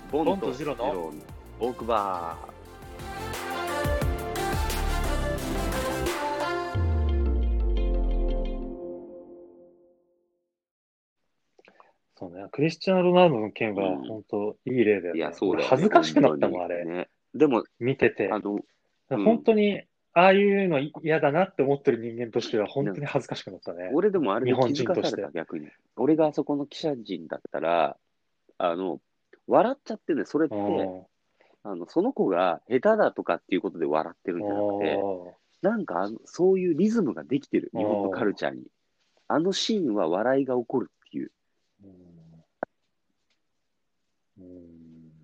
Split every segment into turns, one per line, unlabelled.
ボンと
ボンとジ
ジローの
ローの
奥歯。
そうね、クリスチャーノ・ロナウドの件は
うん。
本当いい例だよ
いや、
ね。俺
そうだよね、
恥ずかしくな
本当に。
ったもん、あれ。
ね。でも、
見てて。
あの、うん。
本当に、ああいうの嫌だなって思ってる人間としては本
なんか、
当に恥ずかしくなったね。
俺でもあれ
日本
で気づかされた、
人として。
逆に。俺があそこの記者陣だったら、あの、笑っちゃってね、それっ
あ
て、
ー
その子が下手だとかっていうことで笑ってる
あ
んじゃなくて、
ー、
なんかそういうリズムができてる、
あ
日本のカル
ー
チャーに。あのシーンは笑いが起こるっていう。
うん、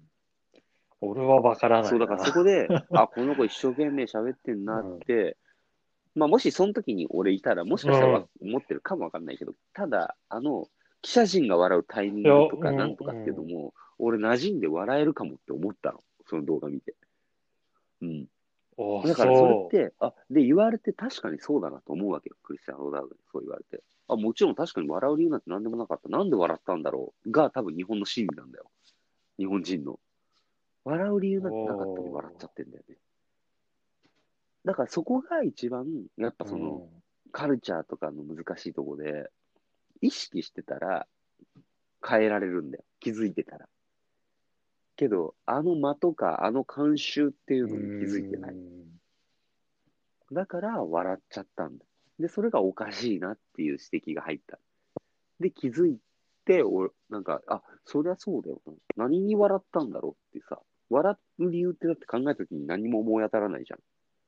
俺はわからな
そう、
い
だからそこで、
な。
あ、この子一生懸命喋ってんなっ
うん。
て、まあもしその時に俺いたら、もしかしたら
うん。
思ってるかもわかんないけど、ただ、記者陣が笑うタイミ
いや、
ングとかな
うん、
んとかっていうの
うん。
も、俺馴染んで笑えるかもって思ったの。その動画見て。うん。
あ、
だからそれっ
そ
て、で言われて確かにそうだなと思うわけよ。クリスチャン・ロナウドにそう言われて。もちろん確かに笑う理由なんて何でもなかった。なんで笑ったんだろうが多分日本の心理なんだよ。日本人の。笑う理由
う。
なんてなかったのに笑っちゃ
お
ってんだよね。だからそこが一番、やっぱ
ー。
その、
うん。
カルチャーとかの難しいところで、意識してたら変えられるんだよ。気づいてたら。けど、あの間とか、あの慣習っていう
うー
のに気づいてない。
ん。
だから笑っちゃったんだ。で、それがおかしいなっていう指摘が入った。で、気づいて、なんか、そりゃそうだよな。何に笑ったんだろうってさ、笑う理由ってだって考えたときに何も思い当たらないじゃん。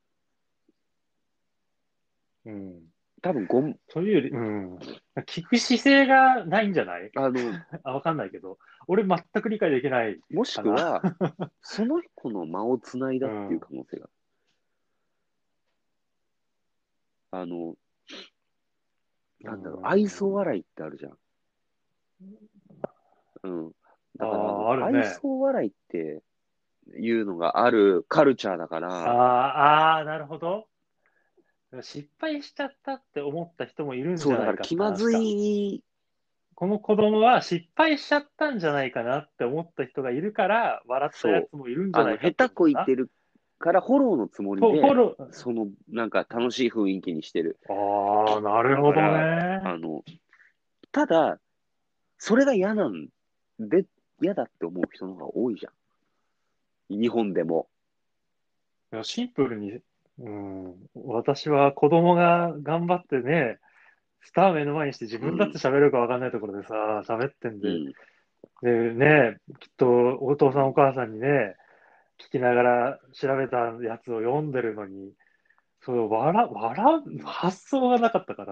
うん。
多分
そういうより、うん。聞く姿勢がないんじゃない？
あの、
わかんないけど。俺全く理解できない
もし
かな。
くは、その子の間をつないだっていう
うん。
可能性が。あの、
う
なんだろう、愛想
ん。
笑いってあるじゃん。うん。だから、
ああ、ある
愛
ね。
想笑いっていうのがあるカルチャーだか
あ
ら、
あ、ああ、なるほど。失敗しちゃったって思った人もいるんじ
そう、だから
ゃないかって
気まず
話か。
い、
この子供は失敗しちゃったんじゃないかなって思った人がいるから、笑ったや
そう、
つもいるんじゃないかって
下手
ことだな。
こいてるからフォローのつもりで、
フォロー、
なんか楽しい雰囲気にしてる。
ああ、なるほど
だから、
ね。
ただ、それが嫌だって思う人の方が多いじゃん。日本でも。
いやシンプルに、うん、私は子供が頑張ってね、スター目の前にして自
うん、
分だって喋るかわかんないところでさ、喋ってんで、
うん、
でね、きっとお父さんお母さんにね、聞きながら調べたやつを読んでるのに、笑う発想がなかったから、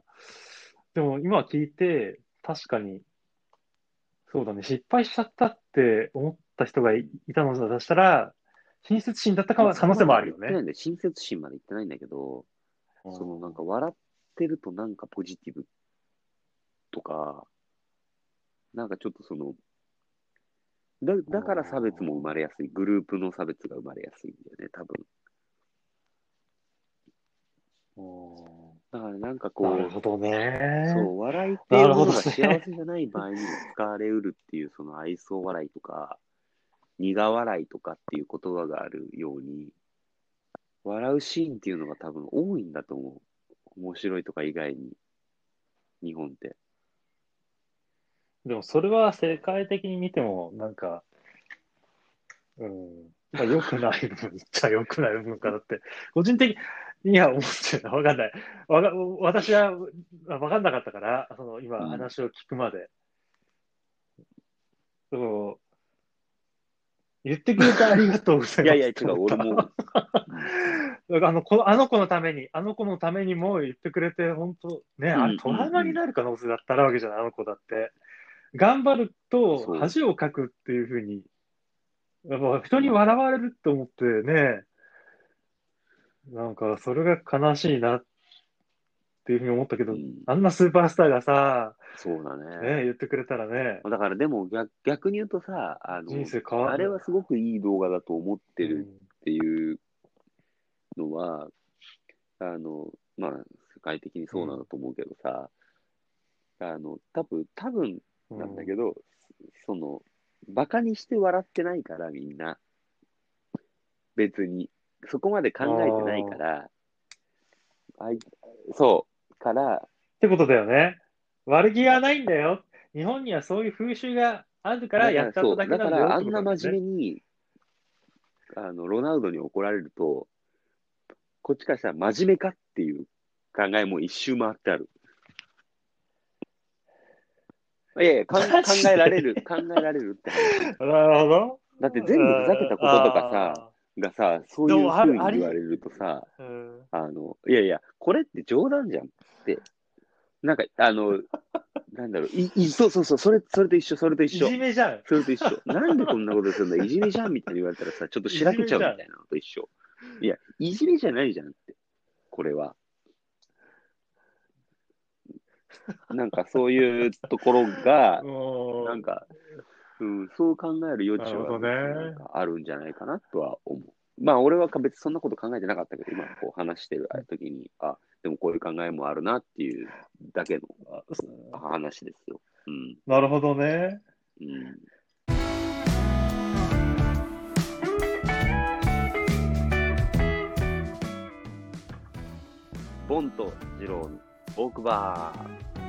でも今聞いて、確かに、そうだね、失敗しちゃったって思った人がいたのだとしたら、親切心だった
まあ、
可能性
そこまで
もあるよね。
は言ってないんだよ。親切心まで言ってないんだけど、
う
なん
ん。
か笑ってるとなんかポジティブとか、なんかちょっとだから差別も生まれやすい。グループの差別が生まれやすいんだよね、多分。
うん。
だからなんか
なるほどね。
そう、笑いってい
なるほど
うものが幸
ね。
せじゃない場合にも使われうるっていう、その愛想笑いとか、苦笑いとかっていう言葉があるように、笑うシーンっていうのが多分多いんだと思う。面白いとか以外に、日本って。
でもそれは世界的に見ても、なんか、うん。まあ、良くない部分っちゃ良くない部分かなって、個人的には思ってるな。わかんない。私はわかんなかったから、今
うん。
話を聞くまで。そう、言ってくれてありがとうござい
いやいや、
ますって
違う、
思った。
俺も、うん。
あの子のために、あの子のためにも言ってくれて、本当ね、あれ
うん
トラウマに
うんうん。
なる可能性だったらわけじゃない、あの子だって。頑張ると
そ
恥をかくっていうふうに、やっぱ人
う。う
に
ん。
笑われるって思ってね、なんかそれが悲しいなっていうふうに思ったけど、
うん。
あんなスーパースターがさ、
そうだね。
ね、言ってくれたらね、
だからでも逆に言うとさ、
人生変わる。
あれはすごくいい動画だと思ってる
うん。
っていうのは、まあ、世界的にそうなんだ
うん。
と思うけどさ、多分
うん。
なんだけど、その、 バカにして笑ってないから、みんな。別に。そこまで考えてないか
っ
ら、そう。から、
てことだよね。悪気はないんだよ。日本にはそういう風習があるから
だか
やっちゃった
らそう。だから、
だけなんだよって
あんな真
ことなんだよね。
面目に、ロナウドに怒られると、こっちからしたら真面目かっていう考えも一周回ってある。いやいや、
マ
考
ジで。
えられる、考えられるって話。
なるほど。
だって全部ふざけたこととかさ、
ああ。
そう
でも、
いう風
あり、
に言われるとさ、
うん。
いやいや、これって冗談じゃんって。なんか、なんだろう、そうそうそう、それと一緒、それと一緒。
いじめじゃん。
それと一緒。なんでこんなことするんだ、いじめじゃんみたいに言われたらさ、ちょっと
い
しらけちゃ
じめじゃん。
うみたいなのと一緒。いや、いじめじゃないじゃんって、これは。なんかそういうところが、
も
なんか、そう考える余
う、な
地は
るほど
なん
ね。
かあるんじゃないかなとは思う。まあ俺は別にそんなこと考えてなかったけど、今こう話してる時に、でもこういう考えもあるなっていうだけの
あ
話ですよ。うん。
なるほどね。
うん。ボンとジローのトークバー。